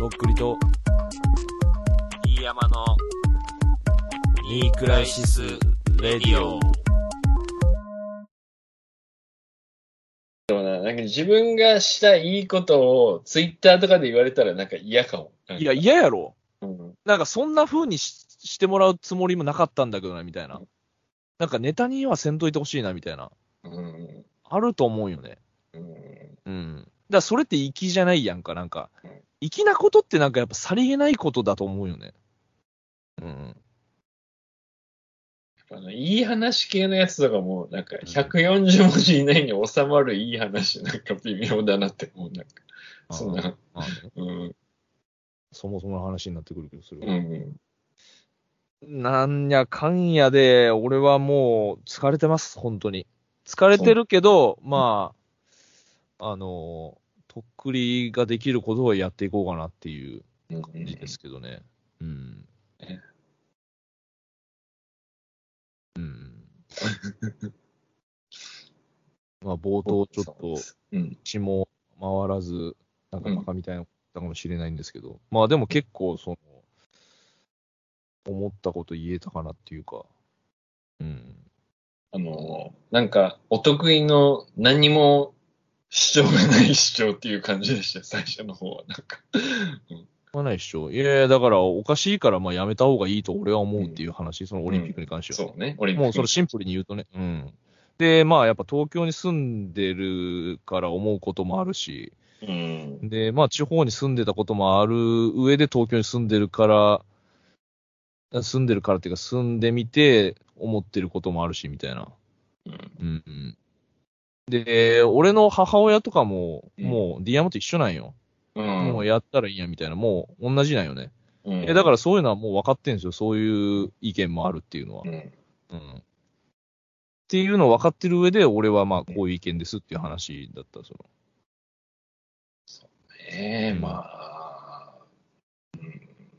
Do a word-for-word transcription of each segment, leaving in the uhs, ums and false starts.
とっくりと飯山のニークライシスレディオ。 でもな、なんか自分がしたいいことをツイッターとかで言われたらなんか嫌かも。なんかいや、嫌やろ。 うん、 なんかそんな風に し, してもらうつもりもなかったんだけどな、みたいな。なんかネタにはせんといてほしいな、みたいな。 うん、 あると思うよね。 うん、 うん。だからそれって粋じゃないやんか、なんかうん。 粋なことってなんかやっぱさりげないことだと思うよね。うん。 あのいい話系のやつとかもなんかひゃくよんじゅう文字以内に収まるいい話なんか微妙だなって思う。なんかそんな、 ああね、 うん、 そもそもの話になってくるけど、それうは。 ん、 なんやかんやで、俺はもう疲れてます、本当に。疲れてるけど、まあ、あの、とっくりができることをやっていこうかなっていう感じですけどね。うん。うん。まあ、冒頭ちょっとうん、 血も回らず、なんかバカみたいなことかもしれないんですけど、まあでも結構、その、思ったこと言えたかなっていうか、うん。 あの、なんかお得意の何も主張がない主張っていう感じでしたよ、最初の方は。なんか、 まあないっしょ。いやいや、だからおかしいからまあやめた方がいいと俺は思うっていう話、そのオリンピックに関しては、ねそうね、オリンピック。 もうそのシンプルに言うとね。うん。で、まあやっぱ東京に住んでるから思うこともあるし、 うん、 で、まあ地方に住んでたこともある上で東京に住んでるから、住んでるからっていうか住んでみて思ってることもあるし、みたいな。 うん、 うんうん。で、俺の母親とかも、 うんもう ディーエム と一緒なんよ。 う、 もうんやったらいいやみたいな、もう同じなんよね。 うん、 え、だからそういうのはもう分かってんですよ。そういう意見もあるっていうのは。 うん、 うん。っていうのを分かってる上で、俺はまあこういう意見ですっていう話だった、その。 ねえ、 うんまあ、うん、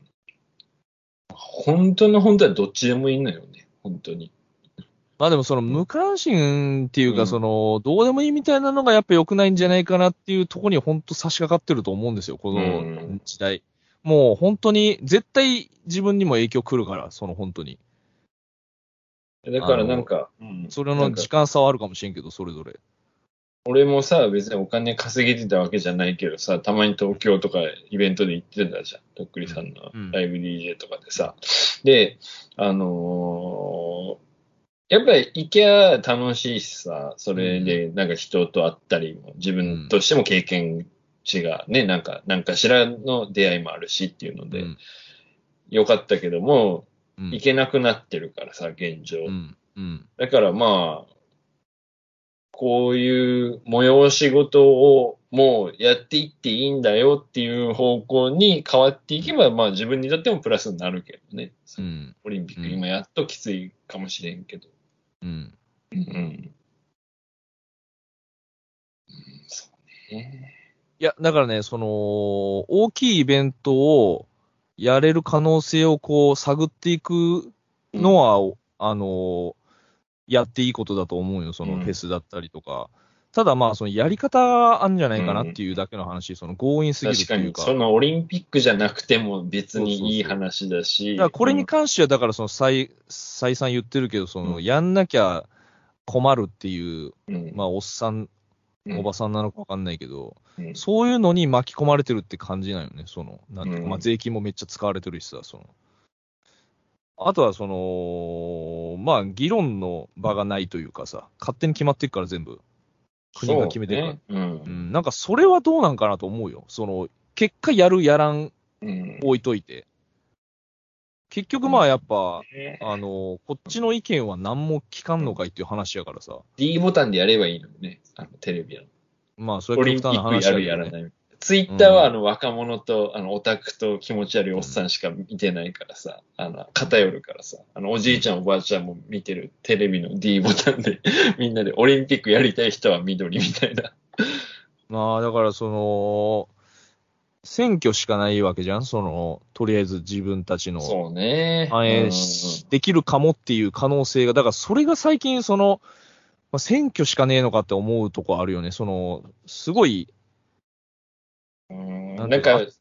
本当の本当はどっちでもいいのよね、本当に。 まあでもその無関心っていうか、 うんその、どうでもいいみたいなのがやっぱ良くないんじゃないかなっていうところに本当差し掛かってると思うんですよ、この時代。もう本当に、絶対自分にも影響来るから、その本当に。 だからなんか、うん、 それなんかの時間差はあるかもしれんけど、それぞれ。 俺もさ、別にお金稼げてたわけじゃないけどさ、たまに東京とかイベントで行ってたじゃん。とっくりさんのライブ ディージェー とかでさ。で、あのーやっぱり行きゃ楽しいしさ、それでなんか人と会ったりも、自分としても経験値がね、なんか、なんかしらの出会いもあるしっていうので、よかったけども、行けなくなってるからさ、現状。 うんうん、 だからまあ、こういう催し事をもうやっていっていいんだよっていう方向に変わっていけば、まあ自分にとってもプラスになるけどね。 うん、 オリンピック今やっときついかもしれんけど。 うん。 うん。うん、そうね。 いや、だからね、その、大きいイベントをやれる可能性をこう探っていくのは、うん、あの、やっていいことだと思うよ、そのフェスだったりとか。うん、ただまあ、そのやり方あるんじゃないかなっていうだけの話、うん、その強引すぎるっていうか。 確かに、そのオリンピックじゃなくても別にいい話だし。そうそうそう、 だからこれに関しては、だからその再、再三言ってるけど、その、やんなきゃ困るっていう、うん、まあ、おっさん、おばさんなのかわかんないけど、うん、そういうのに巻き込まれてるって感じなんよね、その、なんていうか、まあ、税金もめっちゃ使われてるしさ、その。あとは、その、まあ、議論の場がないというかさ、勝手に決まっていくから全部。国が決めてるから。 ね、うん。 うん。なんか、それはどうなんかなと思うよ。その、結果やる、やらん、置いといて。結局まあやっぱ、うん、あの、こっちの意見は何も聞かんのかいっていう話やからさ。 D ボタンでやればいいのにね、あの、テレビの。 まあ、それは極端な話だけど、ね、 オリンピックやるやらない。ツイッターはあの若者と、あの、オタクと気持ち悪いおっさんしか見てないからさ、あの、偏るからさ、あの、おじいちゃんおばあちゃんも見てるテレビの D ボタンで、みんなでオリンピックやりたい人は緑みたいな。 まあ、だからその、選挙しかないわけじゃん、その、とりあえず自分たちの、 そうね。 反映できるかもっていう可能性が、だからそれが最近その、まあ、選挙しかねえのかって思うとこあるよね、その、すごい、 うん、なんか、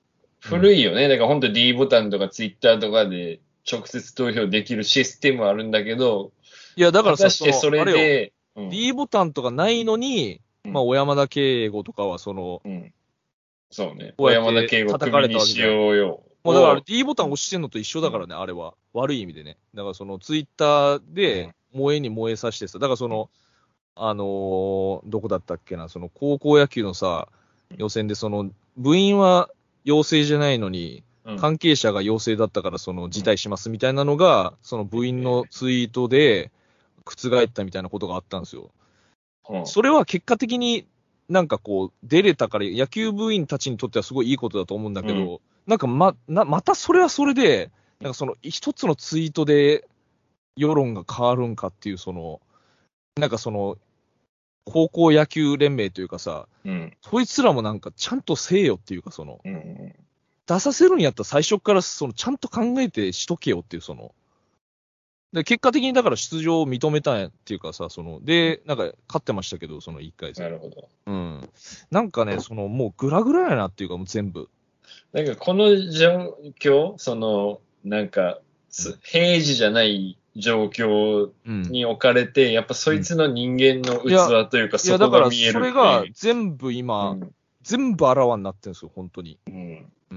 古いよね。だから本当 D ボタンとか Twitter とかで直接投票できるシステムはあるんだけど、 いや、だからさ、 果たしてそれで、 うん、D ボタンとかないのに、うん、まあ、小山田圭吾とかはその、 うん、そうね。小山田圭吾叩かれたわけしようよ。 もうだから D ボタン押してんのと一緒だからね、うん、あれは。悪い意味でね。だからそのツイッターで燃えに燃えさせてさ、だからその、あのー、どこだったっけな、その高校野球のさ、予選でその、部員は陽性じゃないのに、関係者が陽性だったからその辞退しますみたいなのが、その部員のツイートで覆ったみたいなことがあったんですよ。それは結果的になんかこう出れたから野球部員たちにとってはすごいいいことだと思うんだけど、うん、なんかま、な、またそれはそれで、なんかその一つのツイートで世論が変わるんかっていうその、なんかその、高校野球連盟というかさ、うん、そいつらもなんかちゃんとせえよっていうかその、うん、出させるんやったら最初からそのちゃんと考えてしとけよっていうその、で結果的にだから出場を認めたんやっていうかさ、その、で、なんか勝ってましたけど、そのいっかい戦。 なるほど。 うん。なんかね、そのもうグラグラやなっていうかもう全部。 なんかこの状況、その、なんか、平時じゃない状況に置かれて、うん、やっぱそいつの人間の器というか、そこが見えるっていう。いや、だからそれが全部今、うん、全部あらわになってるんですよ、本当に。うん。うん。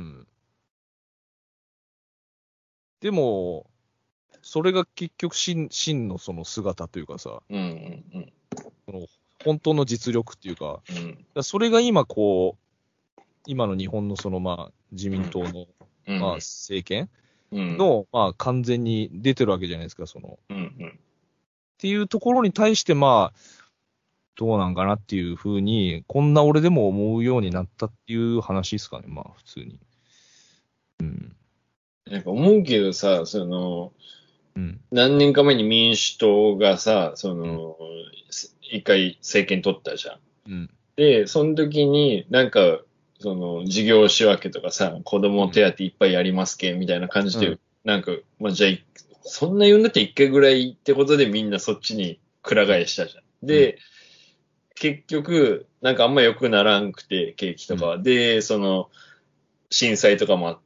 でも、それが結局真、真のその姿というかさ、うんうんうん、その本当の実力っていうか、うん、それが今こう、今の日本のそのまあ自民党の、うん、まあ政権の、うん、まあ完全に出てるわけじゃないですか、その、うんうん、っていうところに対してまあ、どうなんかなっていうふうに、こんな俺でも思うようになったっていう話ですかね、まあ普通に。 うん。なんか思うけどさ、その、うん、何年か前に民主党がさ、その、うん、一回政権取ったじゃん。うん、で、その時になんか、その、事業仕分けとかさ、子供手当いっぱいやりますけ、みたいな感じで、うん、なんか、まあ、じゃあ、そんな言うんだって一回ぐらいってことでみんなそっちにくら替えしたじゃん。で、うん、結局、なんかあんま良くならんくて、景気とかは。うん、で、その、震災とかもあって、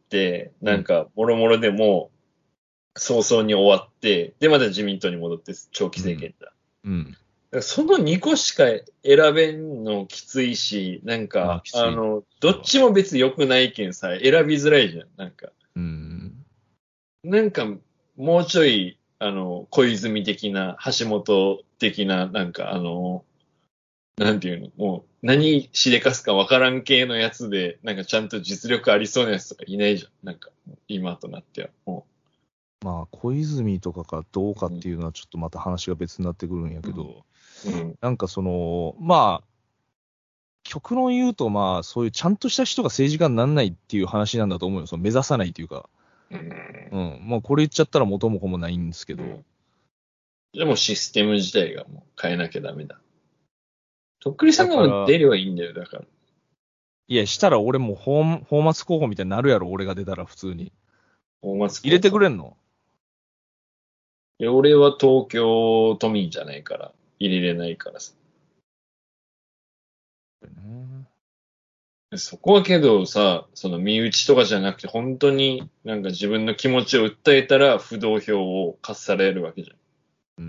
なんか、もろもろでも、早々に終わって、で、また自民党に戻って長期政権だ。うん。うん、だからそのにこしか選べんのきついし、なんか、あ, あの、どっちも別に良くないけんさ、選びづらいじゃん、なんか。うん。なんか、もうちょい、あの、小泉的な、橋本的な、なんか、あの、なんていうの、もう、何しでかすかわからん系のやつで、なんかちゃんと実力ありそうなやつとかいないじゃん。なんか、今となっては。もうまあ、小泉とかかどうかっていうのはちょっとまた話が別になってくるんやけど、うんうん、なんかその、まあ、極論言うと、まあ、そういうちゃんとした人が政治家にならないっていう話なんだと思うよ。その目指さないっていうか。うん。うん。まあ、これ言っちゃったら元も子もないんですけど。うん、 でもシステム自体がもう変えなきゃダメだ。とっくりさんが出ればいいんだよ、だから。 いや、したら俺も法法末候補みたいになるやろ、俺が出たら普通に。法末候補入れてくれんの？ いや、俺は東京都民じゃないから、入れれないからさ。そこはけどさ、その身内とかじゃなくて、本当になんか自分の気持ちを訴えたら、不動票を課されるわけじゃん。うん。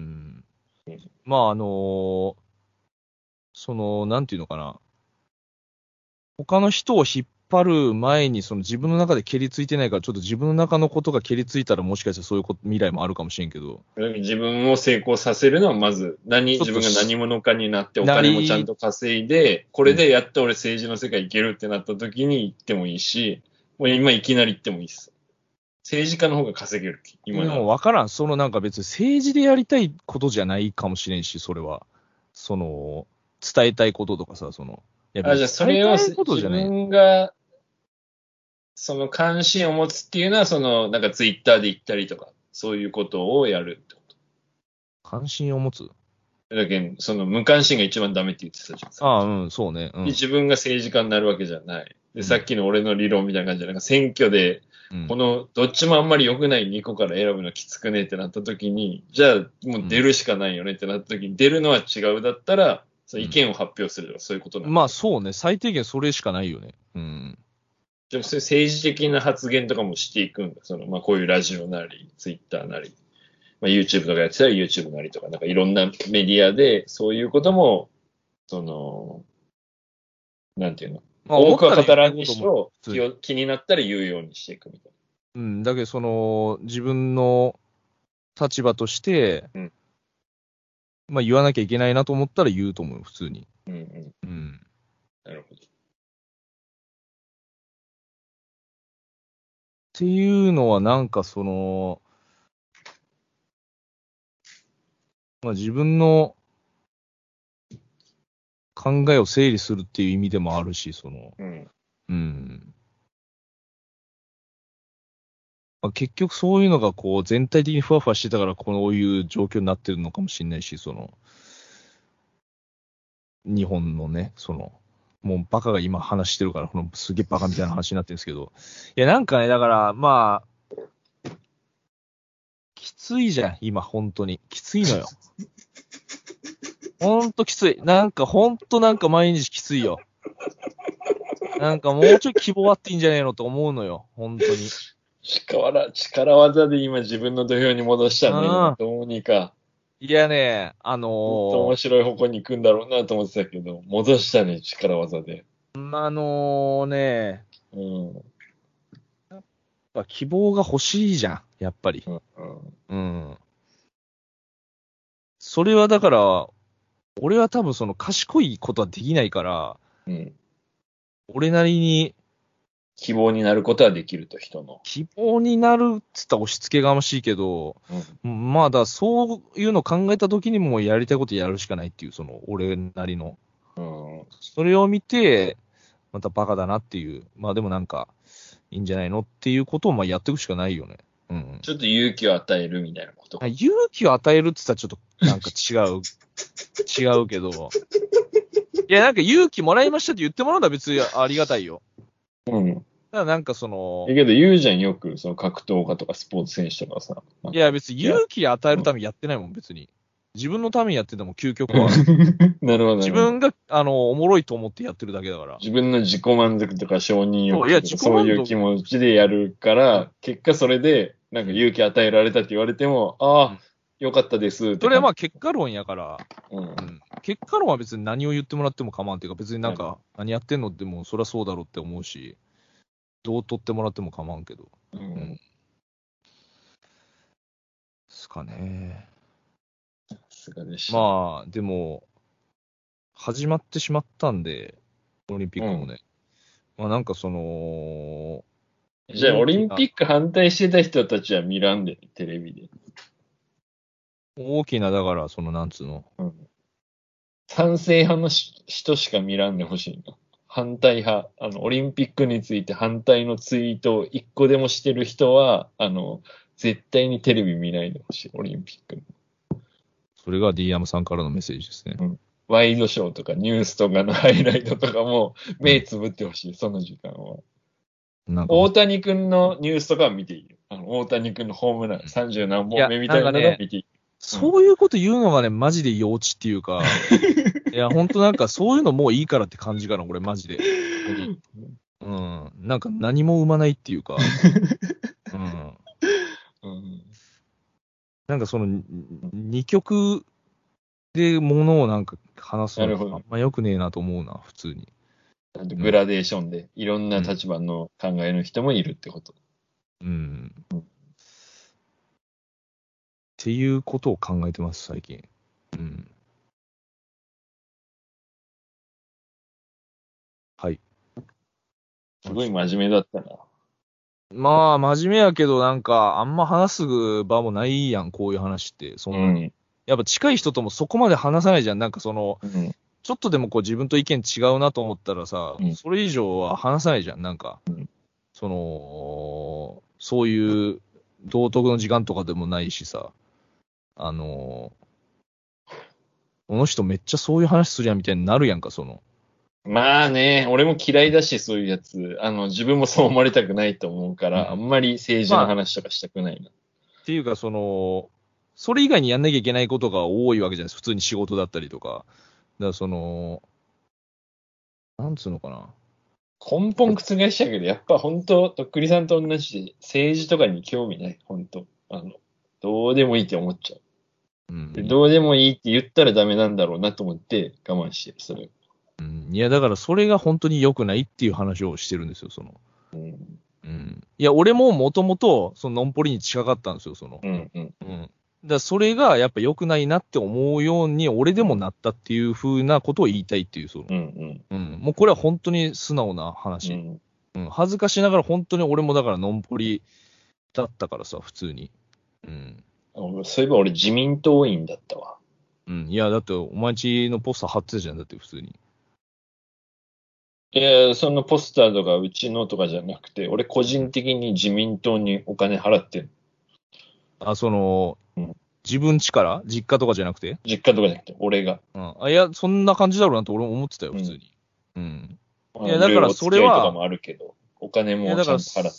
うん、まあ、あのー、その、なんていうのかな。他の人を引っ張る前に、その自分の中で蹴りついてないから、ちょっと自分の中のことが蹴りついたら、もしかしたらそういうこと未来もあるかもしれんけど。 自分を成功させるのは、まず、何、自分が何者かになって、お金もちゃんと稼いで、これでやっと俺政治の世界行けるってなった時に行ってもいいし、もう今いきなり行ってもいいっす。政治家の方が稼げる。 今でも分からん。そのなんか別に政治でやりたいことじゃないかもしれんし、それは。その、伝えたいこととかさ、その。 いやあ、じゃあそれを自分が、その関心を持つっていうのは、その、なんかツイッターで言ったりとか、そういうことをやるってこと。 関心を持つ？ だけど、その無関心が一番ダメって言ってたじゃん。 ああ、うん、そうね、うん。 自分が政治家になるわけじゃない。で、さっきの俺の理論みたいな感じで、なんか選挙で、この、どっちもあんまり良くないにこから選ぶのきつくねってなった時に、じゃあもう出るしかないよねってなった時に、出るのは違うだったら、その意見を発表するとか、そういうことなんだ、 まあそうね、最低限それしかないよね。うん。 じゃあそういう政治的な発言とかもしていくんだ。その、まあこういうラジオなり、ツイッターなり、まあ YouTube とかやってたら YouTube なりとか、なんかいろんなメディアでそういうことも、その、なんていうの、まあ、多くは語らんにしろ気を、気になったら言うようにしていくみたいな。うん、だけどその、自分の立場として、うん、まあ言わなきゃいけないなと思ったら言うと思う、普通に。 うんうん。うん。なるほど。 っていうのはなんかその、まあ自分の考えを整理するっていう意味でもあるし、その、うん。うん。まあ、結局そういうのがこう全体的にふわふわしてたからこういう状況になってるのかもしれないし、その、日本のね、その、もうバカが今話してるから、このすげえバカみたいな話になってるんですけど、いやなんかね、だからまあ、きついじゃん、今本当に。きついのよ。ほんときつい。なんかほんとなんか毎日きついよ。なんかもうちょい希望あっていいんじゃねえのと思うのよ、ほんとに。 力、力技で今自分の土俵に戻したね。どうにか。 いやね、あのー、もっと面白い方向に行くんだろうなと思ってたけど、戻したね、力技で。 あのー、ね、うん。やっぱ希望が欲しいじゃん、やっぱり。うん。うん、うん、それはだから、俺は多分その賢いことはできないから、うん。俺なりに、 希望になることはできると、人の。 希望になるって言ったら押し付けがましいけど、うん、まあだ、そういうのを考えた時にもやりたいことやるしかないっていう、その、俺なりの。うん。それを見て、またバカだなっていう、まあでもなんか、いいんじゃないのっていうことをまあやっていくしかないよね。うん。 ちょっと勇気を与えるみたいなこと。 勇気を与えるって言ったらちょっとなんか違う、違うけど。いや、なんか勇気もらいましたって言ってもらうのは別にありがたいよ。うん。だからなんかその。 だけど言うじゃん、よく、その格闘家とかスポーツ選手とかさ。 いや、別に勇気与えるためにやってないもん、別に。自分のためにやってても究極は。 なるほど。 自分が、あの、おもろいと思ってやってるだけだから。 自分の自己満足とか承認欲とかそういう気持ちでやるから、結果それで、なんか勇気与えられたって言われても、うん、ああ、よかったですって。 それはまあ結果論やから、うんうん、結果論は別に何を言ってもらっても構わんっていうか、別になんか、何やってんのってもうそりゃそうだろうって思うし、どう取ってもらっても構わんけど。うん。うん、ですかね。 さすがでした。 まあ、でも、始まってしまったんで、オリンピックもね。うん、まあなんかその、 じゃあオリンピック反対してた人たちは見らんで、テレビで。 大きな、だから、その、なんつうの。うん、 賛成派の人しか見らんでほしいの。反対派、あの、オリンピックについて反対のツイートを一個でもしてる人は、あの、絶対にテレビ見ないでほしい、オリンピック。 それが ディーエム さんからのメッセージですね。 うん。ワイドショーとかニュースとかのハイライトとかも目つぶってほしい、うん、その時間は。なんか大谷くんのニュースとかは見ていいよ。あの、大谷くんのホームランさんじゅう何本目みたいなのは見ていい。 そういうこと言うのがね、マジで幼稚っていうか、いや、ほんとなんかそういうのもういいからって感じかな、俺マジで。うん。なんか何も生まないっていうか、うん。うん、なんかその、二極でものをなんか話すのがあんま良くねえなと思うな、普通に。 グラデーションで、いろんな立場の考えの人もいるってこと。うん。 うん、っていうことを考えてます、最近。うん。はい。 すごい真面目だったな。 まあ、真面目やけど、なんか、あんま話す場もないやん、こういう話って。そんなに。うん、やっぱ近い人ともそこまで話さないじゃん。なんかその、うん、ちょっとでもこう自分と意見違うなと思ったらさ、うん、それ以上は話さないじゃん。なんか、うん、その、そういう道徳の時間とかでもないしさ、あの、この人めっちゃそういう話するやんみたいになるやんか、その。 まあね、俺も嫌いだし、そういうやつ。あの、自分もそう思われたくないと思うから、うん、あんまり政治の話とかしたくないな。まあ、 っていうか、その、それ以外にやんなきゃいけないことが多いわけじゃないですか。普通に仕事だったりとか。だからその、なんつうのかな。 根本覆しちゃうけど、やっぱ本当、とっくりさんと同じで、政治とかに興味ない。本当。あの、どうでもいいって思っちゃう。うん、でどうでもいいって言ったらダメなんだろうなと思って我慢してる、それ。 うん、いや、だからそれが本当に良くないっていう話をしてるんですよ、その。 うんうん、いや、俺ももともと、そのノンポリに近かったんですよ、その。 うんうん。 うん。だからそれがやっぱ良くないなって思うように、俺でもなったっていう風なことを言いたいっていう、その。 うんうん。 うん。もうこれは本当に素直な話。うん。うん、恥ずかしながら本当に俺もだからノンポリだったからさ、普通に。うん。 そういえば俺自民党員だったわ。 うん。いや、だってお前んちのポスター貼ってたじゃん、だって普通に。 いや、そのポスターとかうちのとかじゃなくて、俺個人的に自民党にお金払ってる。 あ、その、うん、自分家から実家とかじゃなくて実家とかじゃなくて、俺が。 うん。あ、いや、そんな感じだろうなと俺も思ってたよ、普通に。うん。うん、いや、だからそれは、 とかもあるけど、お金もちゃんと払ってます。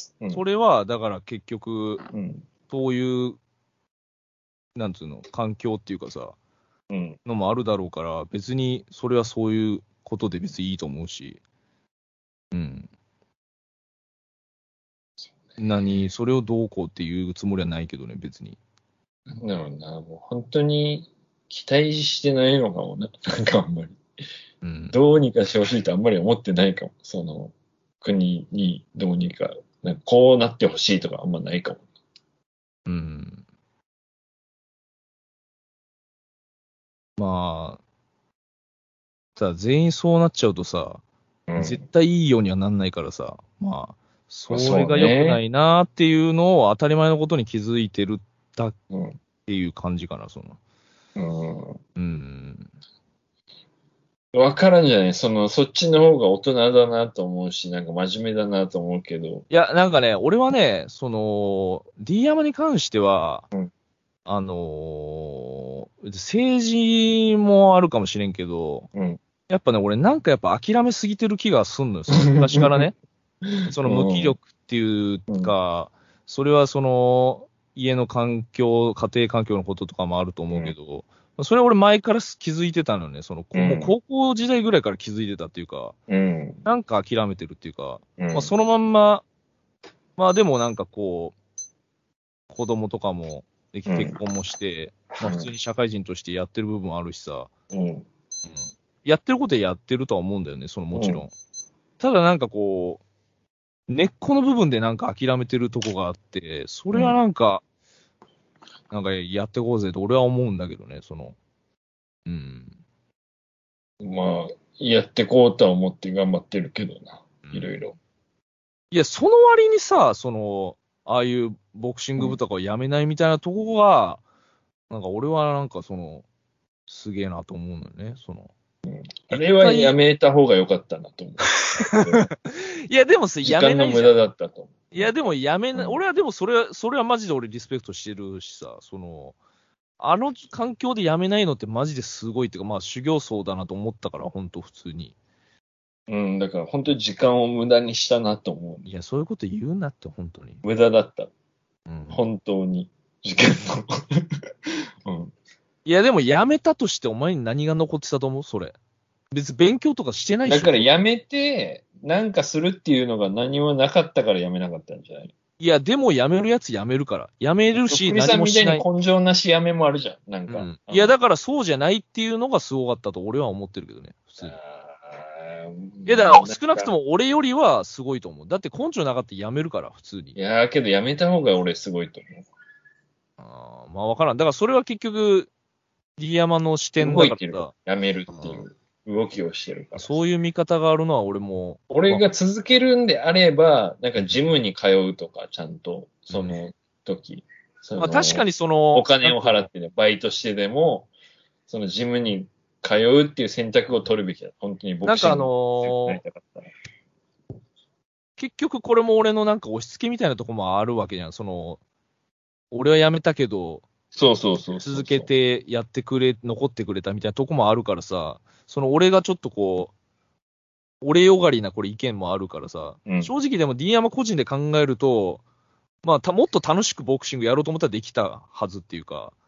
うん、それは、だから結局、うん、そういう、なんつうの、環境っていうかさ、うん、のもあるだろうから、別にそれはそういうことで別にいいと思うし、うん。何、それをどうこうっていうつもりはないけどね、別に。 なんだろうな、もう本当に期待してないのかもな、なんかあんまり。うん、どうにかしてほしいとあんまり思ってないかも。その、国にどうにか、なんかこうなってほしいとかあんまないかも。 うん。まあ、さ、全員そうなっちゃうとさ、うん、絶対いいようにはなんないからさ、まあ、それが良くないなっていうのを当たり前のことに気づいてるだっていう感じかな、その。うん。うん。 わからんじゃないその、そっちの方が大人だなと思うし、なんか真面目だなと思うけど。 いや、なんかね、俺はね、その、D 山に関しては、うん、あのー、政治もあるかもしれんけど、うん、やっぱね、俺なんかやっぱ諦めすぎてる気がすんのよ、その昔からね。その無気力っていうか、うん、それはその、家の環境、家庭環境のこととかもあると思うけど、うん、それは俺前から気づいてたのね、その、うん、もう高校時代ぐらいから気づいてたっていうか、うん、なんか諦めてるっていうか、うん、まあそのまんま、まあでもなんかこう、子供とかもでき、結婚もして、うん、まあ普通に社会人としてやってる部分あるしさ、うんうん、やってることはやってるとは思うんだよね、そのもちろん。うん、ただなんかこう、根っこの部分でなんか諦めてるとこがあって、それはなんか、うん、なんかやってこうぜと俺は思うんだけどね、その。うん。 まあ、やってこうとは思って頑張ってるけどな、いろいろ。 いや、その割にさ、その、ああいうボクシング部とかをやめないみたいなとこが、うん、なんか俺はなんかその、すげえなと思うのよね、その。 うん、あれはやめた方が良かったなと思う。 いや、でもさ、やめないじゃん。 時間の無駄だったと思う。 いや、でもやめない、うん、俺はでもそれは、それはマジで俺リスペクトしてるしさ、その、あの環境でやめないのってマジですごいっていうか、まあ修行僧だなと思ったから、本当普通に。 うん、だから本当に時間を無駄にしたなと思う。 いや、そういうこと言うなって、本当に。 無駄だった。うん、本当に。時間の。うん。 いや、でもやめたとしてお前に何が残ってたと思うそれ。別に勉強とかしてないし。 だからやめて、なんかするっていうのが何もなかったからやめなかったんじゃない？ いや、でもやめるやつやめるから。やめるし、何もしない。 みたいに根性なしやめもあるじゃん。なんか、うん。 いや、だからそうじゃないっていうのがすごかったと俺は思ってるけどね。普通に。いや、だから少なくとも俺よりはすごいと思う。だって根性なかったらやめるから、普通に。 いやー、けどやめた方が俺すごいと思う。 ああ、まあわからん。だからそれは結局、D山の視点だから。動いてる。 やめるっていう動きをしてるから。 そういう見方があるのは俺も。 俺が続けるんであれば、なんかジムに通うとか、ちゃんと、その時。うん、そのまあ確かにその。 お金を払ってね、バイトしてでも、そのジムに通うっていう選択を取るべきだ。本当に僕なんかあのー、結局これも俺のなんか押し付けみたいなとこもあるわけじゃん。その、俺は辞めたけど、 そうそうそう続けてやってくれ、残ってくれたみたいなとこもあるからさ、その俺がちょっとこう、俺よがりなこれ意見もあるからさ、うん、正直でも D 山個人で考えると、まあた、もっと楽しくボクシングやろうと思ったらできたはずっていうか、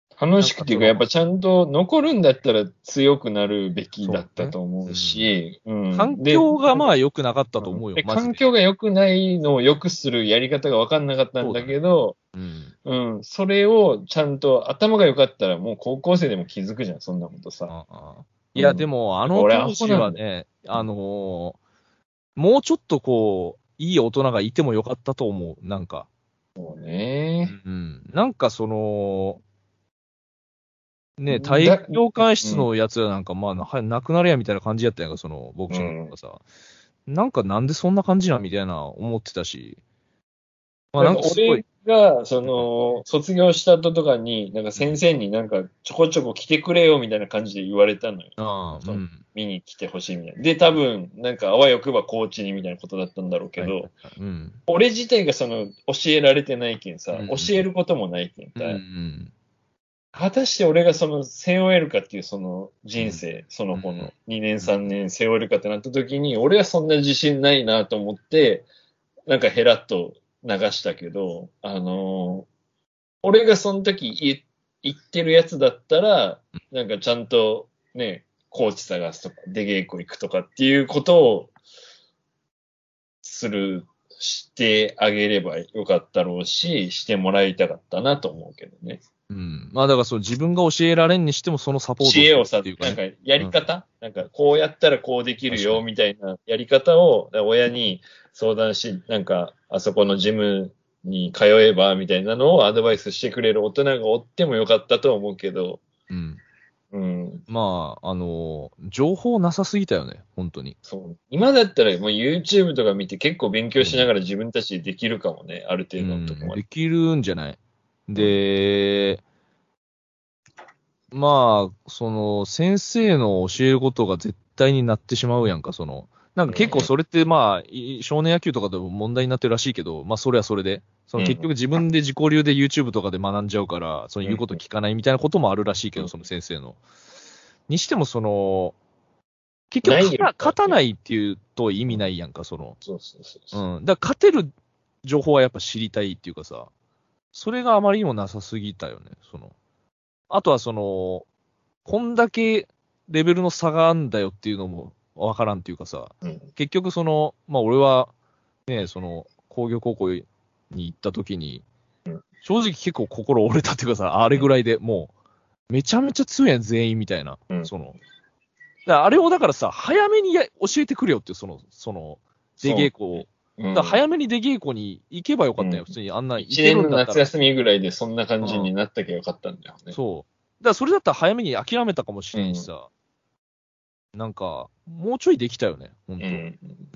楽しくていうか、やっぱちゃんと残るんだったら強くなるべきだったと思うし、ううん、環境がまあ良くなかったと思うよ、 で環境が良くないのを良くするやり方が分かんなかったんだけど、 うね、 うん、うん、それをちゃんと頭が良かったらもう高校生でも気づくじゃん、そんなことさ。 ああいや、うん、でもあの当時はね、あのー、もうちょっとこう、いい大人がいてもよかったと思う、なんか。 そうね。 うん。なんかその、ね、体育教官室のやつらなんか、まあ、はなくなれやみたいな感じやったやんか、その、ボクシングとかさ。うん、なんかなんでそんな感じなんみたいな思ってたし。 まあなんか俺が、その、卒業した後とかに、なんか先生になんかちょこちょこ来てくれよみたいな感じで言われたのよ。 ああ、うん。 見に来てほしいみたいな。で、多分、なんかあわよくばコーチにみたいなことだったんだろうけど、はいうん、俺自体がその、教えられてないけんさ、うん、教えることもないけんさ、うんうん果たして俺がその背負えるかっていうその人生、うん、その子のにねんさんねん背負えるかってなった時に、俺はそんな自信ないなと思って、なんかヘラッと流したけど、あのー、俺がその時言ってるやつだったら、なんかちゃんとね、コーチ探すとか、出稽古行くとかっていうことをする、してあげればよかったろうし、してもらいたかったなと思うけどね。 うん。まあだからそう自分が教えられんにしてもそのサポートを知恵をさ、なんかやり方、うん、なんかこうやったらこうできるよみたいなやり方を親に相談し、なんかあそこのジムに通えばみたいなのをアドバイスしてくれる大人がおってもよかったと思うけど。 うん。 うん。 まあ、あの、情報なさすぎたよね、本当に。 そう。今だったらもう YouTube とか見て結構勉強しながら自分たちでできるかもね、うん、ある程度のとこまで、 うん。できるんじゃないで、うん、まあ、その、先生の教えることが絶対になってしまうやんか、その、なんか結構それってまあ、少年野球とかでも問題になってるらしいけど、まあそれはそれで、その結局自分で自己流で YouTube とかで学んじゃうから、その言うこと聞かないみたいなこともあるらしいけど、その先生の。にしてもその、結局勝た、勝たないっていうと意味ないやんか、その。 そうそうそうそう。 うん。だから勝てる情報はやっぱ知りたいっていうかさ、それがあまりにもなさすぎたよね、その。あとはその、こんだけレベルの差があんだよっていうのもわからんっていうかさ、うん、結局その、まあ俺は、ね、その、工業高校に行った時に、うん、正直結構心折れたっていうかさ、あれぐらいでもう、めちゃめちゃ強いやん、全員みたいな、うん、その、だあれをだからさ、早めにや教えてくれよっていう、その、その、出稽古を。うん、だ早めに出稽古に行けばよかったよ、うん、普通にあんな行けるんだったら。いちねんの夏休みぐらいでそんな感じになったけよかったんだよね、 うん。そう。だからそれだったら早めに諦めたかもしれんしさ、うん、なんか、もうちょいできたよね、ほんと。うん。うん、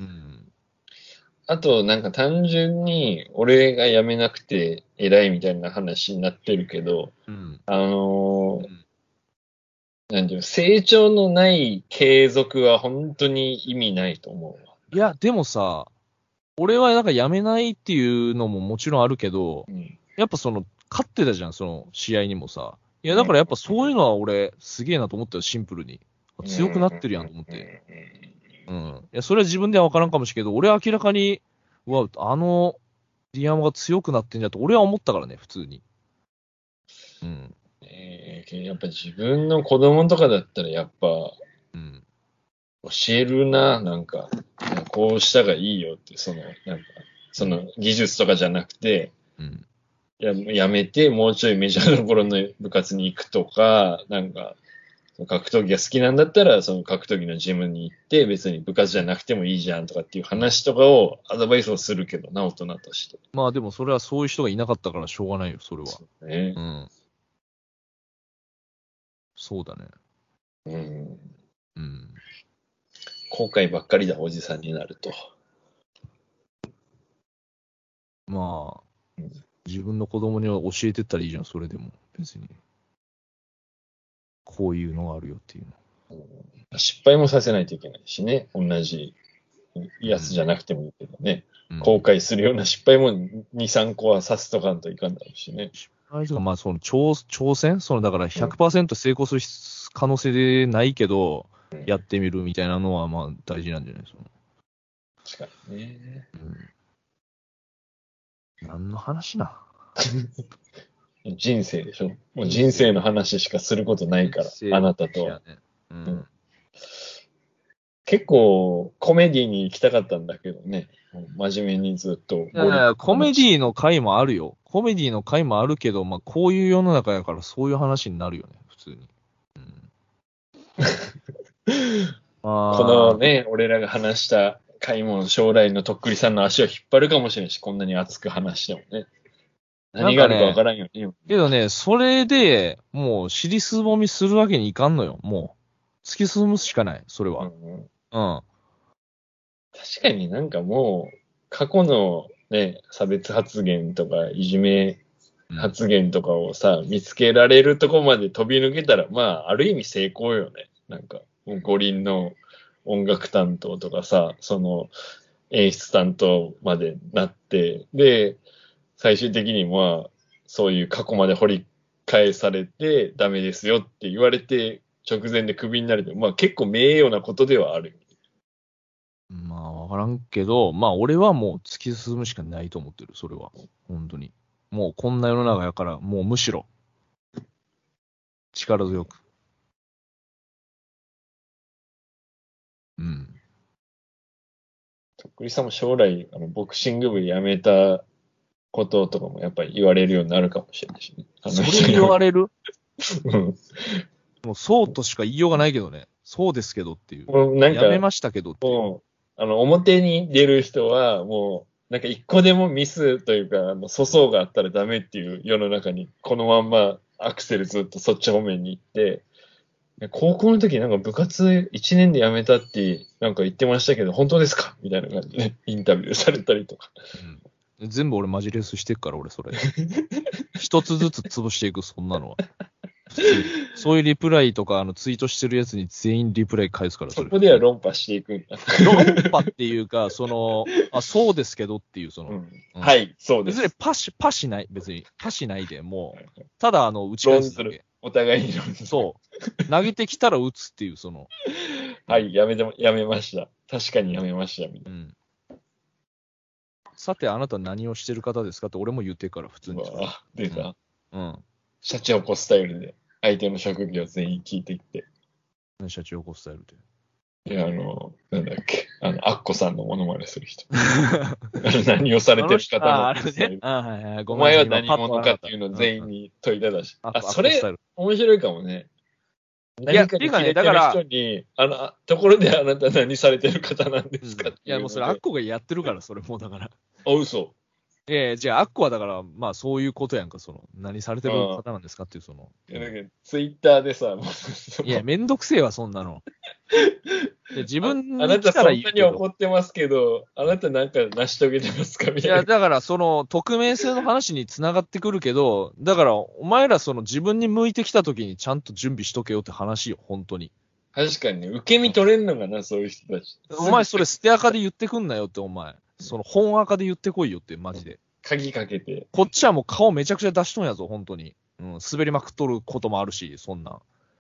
あと、なんか単純に、俺が辞めなくて偉いみたいな話になってるけど、うん、あのー、なんていうの、成長のない継続は本当に意味ないと思うわ。 いや、でもさ、俺はなんか辞めないっていうのももちろんあるけど、うん、やっぱその、勝ってたじゃん、その試合にもさ。いや、だからやっぱそういうのは俺、すげえなと思ったよ、シンプルに。強くなってるやんと思って。うん。いや、それは自分では分からんかもしれんけど、俺は明らかに、うわ、あの、ディアマが強くなってんじゃと、俺は思ったからね、普通に。うん。 えー、やっぱ自分の子供とかだったら、やっぱ、うん。教えるな、なんか、こうしたがいいよって、その、なんか、その技術とかじゃなくて、うん、や, やめて、もうちょいメジャーの頃の部活に行くとか、なんか、格闘技が好きなんだったら、その格闘技のジムに行って、別に部活じゃなくてもいいじゃんとかっていう話とかをアドバイスをするけどな、大人として。 まあでもそれはそういう人がいなかったからしょうがないよ、それは。そうね。うん。そうだね。うん。 うん。後悔ばっかりだ、おじさんになると。 まあ、うん、自分の子供には教えてったらいいじゃん、それでも。別に。こういうのがあるよっていうの。 うん、失敗もさせないといけないしね。同じやつじゃなくてもいいけどね。うん、後悔するような失敗もに、さんこはさせとかんといかんだろうしね。 失敗とか、まあその挑、挑戦そのだから ひゃくパーセント 成功する可能性でないけど、うん、やってみるみたいなのはまあ大事なんじゃないですか。確かにね。 うん。何の話な人生でしょ。もう人生の話しかすることないから、あなたとは、ねうんうん。結構コメディに行きたかったんだけどね。真面目にずっと。 いやいやコメディの回もあるよ。コメディの回もあるけど、まあこういう世の中やからそういう話になるよね、普通に。 うん、このね、俺らが話した回も将来のとっくりさんの足を引っ張るかもしれんし、こんなに熱く話してもね。何があるかわからんよね。 けどね、それで、もう、尻すぼみするわけにいかんのよ。もう、突き進むしかない、それは。うん、うん。うん。 確かになんかもう、過去のね、差別発言とか、いじめ発言とかをさ、うん、見つけられるとこまで飛び抜けたら、まあ、ある意味成功よね。なんか、もう五輪の音楽担当とかさ、その、演出担当までなって、で、最終的にまあ、そういう過去まで掘り返されてダメですよって言われて直前でクビになると、まあ結構名誉なことではある。 まあわからんけど、まあ俺はもう突き進むしかないと思ってる、それは。本当に。もうこんな世の中やから、もうむしろ、力強く。うん。 とっくりさんも将来、あの、ボクシング部辞めたこととかもやっぱり言われるようになるかもしれないしね。 それ言われるうん。もうそうとしか言いようがないけどね。そうですけどっていう。もうなんかやめましたけどっていう。もう、あの、表に出る人はもう、なんか一個でもミスというか、あの粗相があったらダメっていう世の中に、このまんまアクセルずっとそっち方面に行って、高校の時なんか部活いちねんで辞めたってなんか言ってましたけど、本当ですかみたいな感じでインタビューされたりとか。 うん、全部俺マジレスしてっから、俺それ。一つずつ潰していく、そんなのは。そういうリプライとかあのツイートしてるやつに全員リプライ返すから、 それ。そこでは論破していくんだ。 論破っていうか、その、あ、そうですけどっていう、その。うんうん、はい、そうです。 別にパシ、パシない、別に。パシないで、もう、ただあの、打ち返すだけ。 お互いに論する。 そう。投げてきたら打つっていう、その。 はい、やめて、やめました。確かにやめました、みたいな。うんさて、あなた何をしてる方ですかって俺も言ってるから、普通に。 あ、出た、 うん。うん。 シャチホコスタイルで、相手の職業全員聞いていって。 何シャチホコスタイルで。いや、あの、なんだっけ、あの、アッコさんのモノマネする人。何をされてる方の。 あ、ね、あ、はいはい。 お前は何者かっていうのを全員に問いただし。あ、それ、面白いかもね。何かに切れてる人に、あの、ところであなた何されてる方なんですか、うん、いや、もうそれ、アッコがやってるから、それもうだから。 あ、嘘。 ええー、じゃあ、アッコはだから、まあ、そういうことやんか、その、何されてる方なんですかっていう、その。 いや、なんか、ツイッターでさ、もういや、めんどくせえわ、そんなの。自分にあなたそんなに怒ってますけど、あなたなんか成し遂げてますかみたいな。 いや、だから、その、匿名性の話に繋がってくるけど、だから、お前ら、その、自分に向いてきた時にちゃんと準備しとけよって話よ、本当に。 確かにね、受け身取れんのかな、そういう人たち。 お前、それ、捨て垢で言ってくんなよって、お前。その、本垢で言ってこいよって、マジで。 鍵かけて。 こっちはもう顔めちゃくちゃ出しとんやぞ、本当に。うん、滑りまくっとることもあるし、そんな。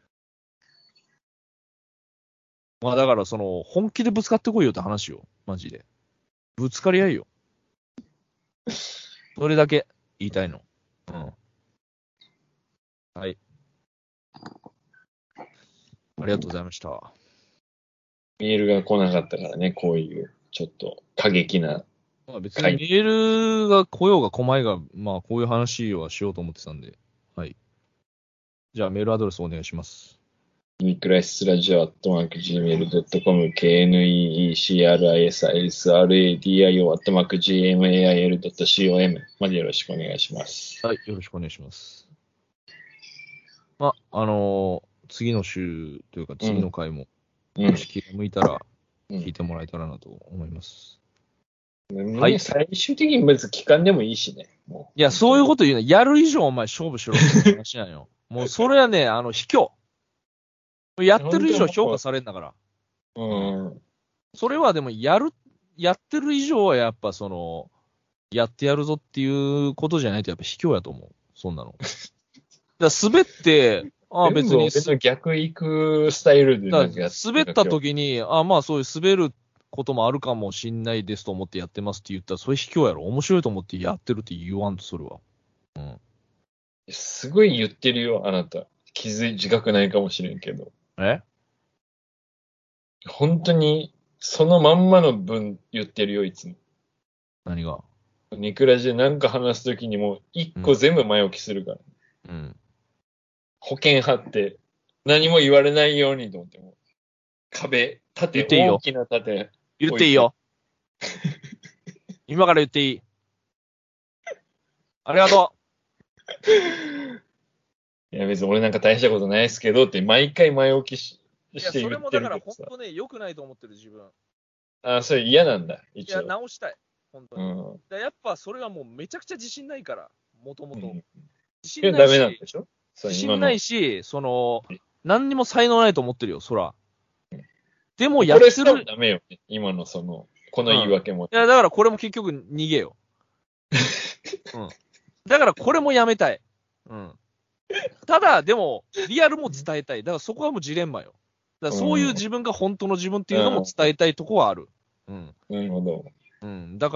まあだからその、本気でぶつかってこいよって話よ。マジで。ぶつかり合いよ。それだけ言いたいの。うん。はい。ありがとうございました。 メールが来なかったからね、こういう、ちょっと過激な。 まあ別にメールが来ようが来まいが、まあこういう話はしようと思ってたんで。はい。じゃあメールアドレスお願いします。 ニクライスラジオアットマーク ジーメールドットコム ケーエヌイーイーシーアールアイエスアイエスアールエーディーアイオー アットマーク ジーエムエーアイエルドットコム までよろしくお願いします。 はい、よろしくお願いします。まあ、あのー、次の週というか次の回も、うん、もし気が向いたら聞いてもらえたらなと思います。 うん、はい。最終的に別に期間でもいいしね。 もういや、そういうこと言うの。やる以上お前勝負しろって話なんよ。もうそれはね、あの、卑怯。やってる以上評価されるんだから。 うん。 それはでもやる、やってる以上はやっぱその、やってやるぞっていうことじゃないとやっぱ卑怯やと思う。そんなの。だ滑って、ああ別に。 別の逆行くスタイルでなんかやって滑った時に、ああまあそういう滑ることもあるかもしんないですと思ってやってますって言ったら、それ卑怯やろ。面白いと思ってやってるって言わんと、それは。うん。 すごい言ってるよ、あなた。気づい、自覚ないかもしれんけど。 え本当に、そのまんまの文言ってるよ、いつも。 何がニクラジでなんか話すときにも、一個全部前置きするから。 うん。 保険貼って、何も言われないようにと思っても。壁、縦、 言っていいよ大きな縦。 言っていいよ。今から言っていい。ありがといや、別に俺なんか大したことないですけどって、毎回前置きしう。いや、 してそれもだから言ってるけどさ。 本当ね、良くないと思ってる自分。 あ、それ嫌なんだ、 いや、 一応。 直したい。本当に。 うん。 だやっぱそれはもうめちゃくちゃ自信ないから、もともと。 うん、 自いや、 信ないし、 ダメなんでしょ自信ないし。 し、その、何にも才能ないと思ってるよ、そら。でもこやってれすらもる。 ダメよね。今のその、この言い訳も。 いや、だからこれも結局逃げよ。うん。だからこれもやめたい。うん。ただ、でも、リアルも伝えたい。だからそこはもうジレンマよ。だからそういう自分が本当の自分っていうのも伝えたいとこはある。うん。 なるほど。 うん。だから、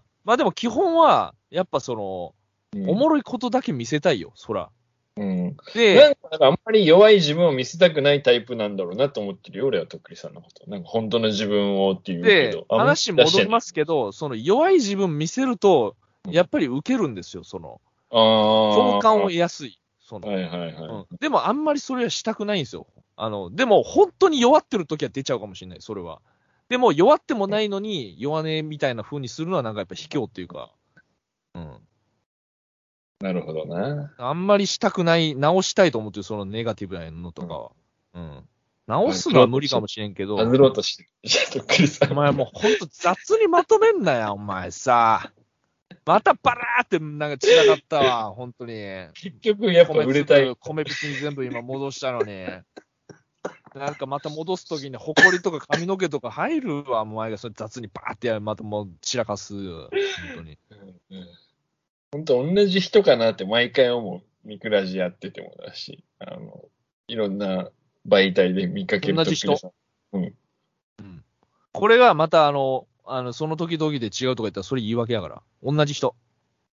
まあでも基本は、やっぱその、 うん、 おもろいことだけ見せたいよ、そら。 うん。 で、 なんかあんまり弱い自分を見せたくないタイプなんだろうなと思ってるよ、俺はとっくりさんのこと。なんか本当の自分をっていうけでど。、 話戻りますけど、その弱い自分見せると、やっぱり受けるんですよ、その、共感を得やすい。その、 はいはいはい、 うん。でもあんまりそれはしたくないんですよ。あの、でも本当に弱ってる時は出ちゃうかもしれない、それは。でも弱ってもないのに弱音みたいな風にするのはなんかやっぱ卑怯っていうか、うん。 なるほどな。 あんまりしたくない、直したいと思ってる、そのネガティブなのとかは。うん。直すのは無理かもしれんけど。 外ろうとしてる。じゃあ、とっくりさん。 お前もうほんと雑にまとめんなや、お前さ。またバラーってなんか散らかったわ、ほんとに。 結局やっぱ売れたい。 米びつに全部今戻したのに。なんかまた戻すときにホコリとか髪の毛とか入るわ、お前がそれ雑にバーってやる、またもう散らかす。ほんとに。 うんうん、本当同じ人かなって毎回思う。ミクラジやっててもだし、あの、いろんな媒体で見かけると同じ人。 うん。 うん。これがまたあの、あの、その時々で違うとか言ったらそれ言い訳やから。同じ人。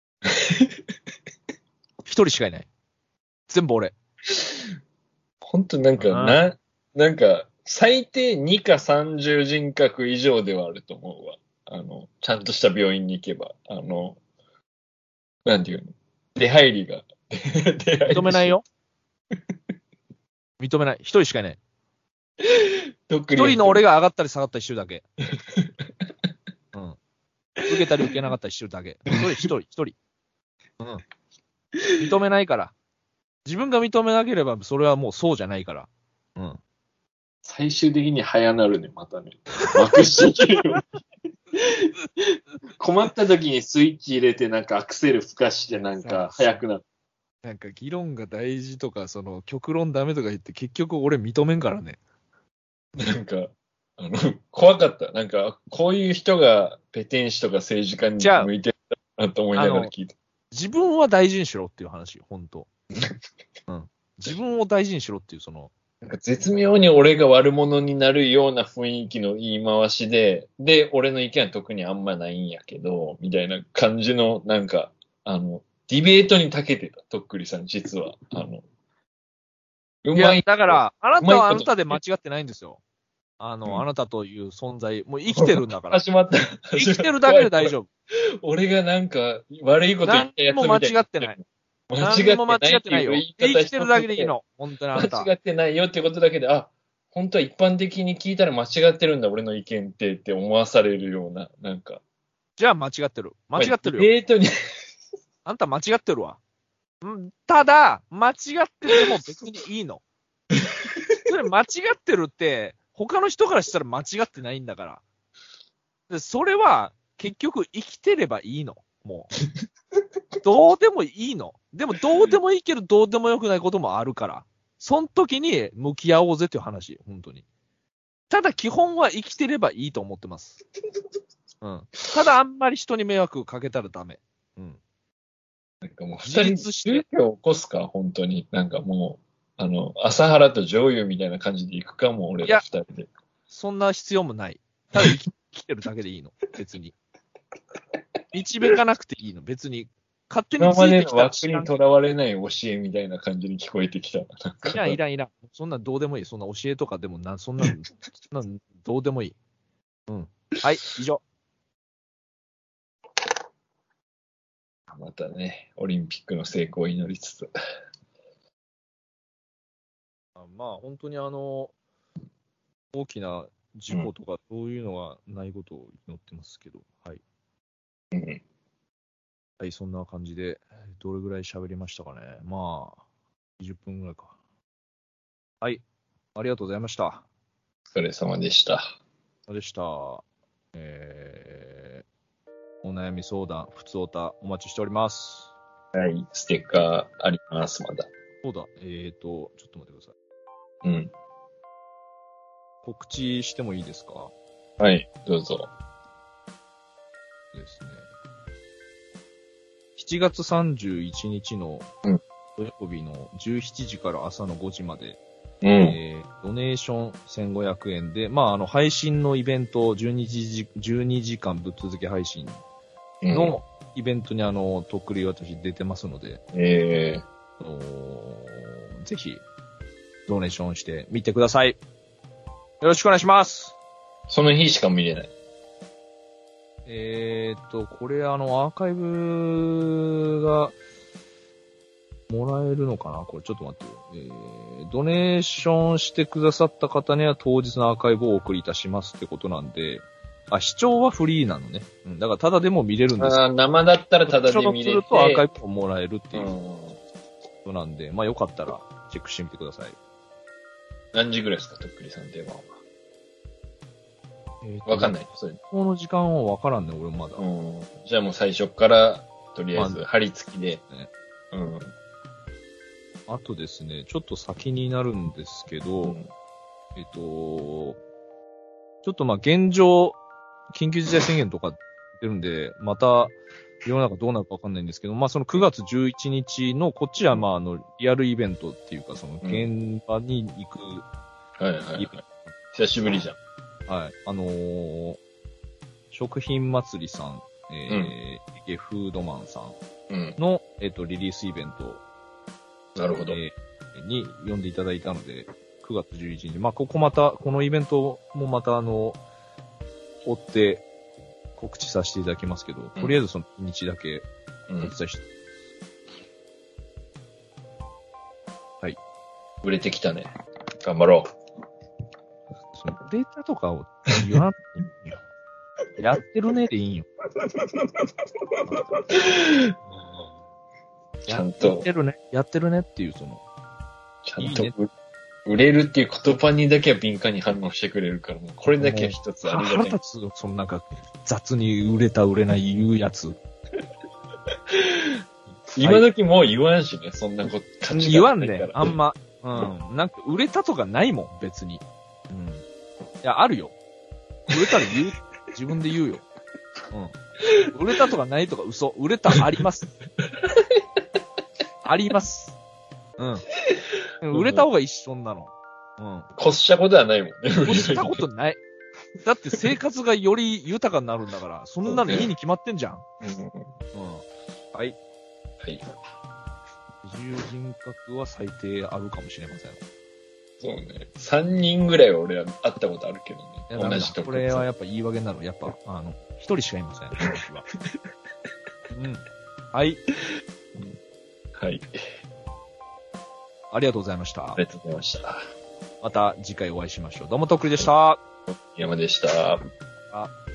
一人しかいない。全部俺。 本当なんか、な、なんか、最低にかさんじゅう人格以上ではあると思うわ。あの、ちゃんとした病院に行けば。あの、なんていうの出入りが。出入り認めないよ。認めない。一人しかいない。一人の俺が上がったり下がったりしてるだけ。うん。受けたり受けなかったりしてるだけ。一人、一人、一人。うん。認めないから。自分が認めなければ、それはもうそうじゃないから。うん。 最終的に早なるね、またね。幕してるよ。困った時にスイッチ入れて、なんかアクセル吹かしてなんか早くなる。 なんか議論が大事とか、その極論ダメとか言って結局俺認めんからね。 なんか、あの、怖かった。なんか、こういう人がペテン師とか政治家に向いてるなと思いながら聞いた。 自分は大事にしろっていう話、本当。うん。自分を大事にしろっていう、その。 なんか絶妙に俺が悪者になるような雰囲気の言い回しで、で、俺の意見は特にあんまないんやけど、みたいな感じの、なんか、あの、ディベートに長けてた、とっくりさん、実は。あの、 うまい。いや、だから、あなたはあなたで間違ってないんですよ。あの、うん、あなたという存在、もう生きてるんだから。 始まった。 生きてるだけで大丈夫。 俺がなんか、悪いこと言ったやつみたいな。 何も間違ってない。 間違も間違ってないよ。生きてるだけでいいの。本当にあなた。 間違ってないよってことだけで、あ、本当は一般的に聞いたら間違ってるんだ、俺の意見ってって思わされるような、なんか。 じゃあ間違ってる。間違ってるよ。 デートに。 あんた間違ってるわ。ただ、間違ってても別にいいの。それ間違ってるって、他の人からしたら間違ってないんだから。でそれは、結局生きてればいいの。もう。どうでもいいの。でもどうでもいいけどどうでもよくないこともあるから。その時に向き合おうぜっていう話。本当に。ただ基本は生きてればいいと思ってます。うん。ただあんまり人に迷惑かけたらダメ。うん。 なんかもう二人宗教を起こすか、本当に。なんかもう、あの、朝原と女優みたいな感じで行くかも、俺ら二人で。 そんな必要もない。ただ生き、生きてるだけでいいの。別に。導かなくていいの。別に。 勝手に今までのついてきた枠にとらわれない教えみたいな感じに聞こえてきた。なんかいらん、いらん、いらん。そんなんどうでもいい。そんな教えとかでもな、そんな、そんなんどうでもいい。うん。はい、以上。 またね、オリンピックの成功を祈りつつ。 まあ、本当にあの、大きな事故とか、そういうのがないことを祈ってますけど、はい。 うん。 はい、そんな感じで、どれぐらい喋りましたかね。まあ、にじゅっぷんぐらいか。はい、ありがとうございました。 お疲れ様でした。 お疲れ様でした。えー、お悩み相談、ふつおたお待ちしております。 はい、ステッカーあります、まだ。 そうだ、えーと、ちょっと待ってください。うん。 告知してもいいですか？ はい、どうぞ。 ですね。しちがつさんじゅういちにちの土曜日のじゅうしちじから朝のごじまで、 うん、 えー、ドネーションせんごひゃくえんで、まあ、あの、配信のイベント、じゅうにじかんぶっ続け配信のイベントに、あの、とっくり私出てますので、 えー、ぜひ、ドネーションしてみてください。よろしくお願いします。 その日しか見れない。 えーっと、これあの、アーカイブが、もらえるのかなこれちょっと待ってよ。えー、ドネーションしてくださった方には当日のアーカイブをお送りいたしますってことなんで、あ、視聴はフリーなのね。うん、だからタダでも見れるんですあ生だったらタダで見れる。 視聴するとアーカイブをもらえるっていうことなんで、まあよかったらチェックしてみてください。 何時ぐらいですか、とっくりさん電話は。 えー、 わかんない。それ。 この時間はわからんね、俺まだ。 うん。じゃあもう最初から、とりあえず、張り付きで。 ね、 うん。 あとですね、ちょっと先になるんですけど、うん、えっと、ちょっとまあ現状、緊急事態宣言とか出るんで、また世の中どうなるかわかんないんですけど、まあそのくがつじゅういちにちの、こっちはまああの、リアルイベントっていうか、その現場に行く、うん、 はいはいはい。久しぶりじゃん。 はい。あのー、食品祭りさん、えー、うん、ゲフードマンさんの、うん、えっと、リリースイベント。 なるほど。 えー、に呼んでいただいたので、くがつじゅういちにち。まあ、ここまた、このイベントもまたあの、追って告知させていただきますけど、うん、とりあえずその日にちだけお伝えして、うん。はい。 売れてきたね。頑張ろう。 そのデータとかを言わなくていいんよ。やってるねでいいんよ。 ちゃんと。 やってるね。やってるねっていう、その。 ちゃんといい、ね、売れるっていう言葉にだけは敏感に反応してくれるから、もうこれだけは一つありがたい。 腹立つ、そのなんか、雑に売れた売れない言うやつ。 今時もう言わんしね、そんなこと。 言わんね、あんま。うん。なんか売れたとかないもん、別に。うん。いや、あるよ。売れたら言う。自分で言うよ。うん。売れたとかないとか嘘。売れたあります。あります。うん。売れた方が一緒なの。うん。 越したことはないもんね。 越したことない。だって生活がより豊かになるんだから、そんなのいいに決まってんじゃん。うん。うん。はい。 はい。 自由人格は最低あるかもしれません。 そうね。三人ぐらいは俺は会ったことあるけどね。同じとこ。 これはやっぱ言い訳になる。やっぱ、あの、一人しかいません。私は。うん。はい。 はい。 ありがとうございました。 ありがとうございました。 また次回お会いしましょう。どうもとっくりでした。 山でした。 あ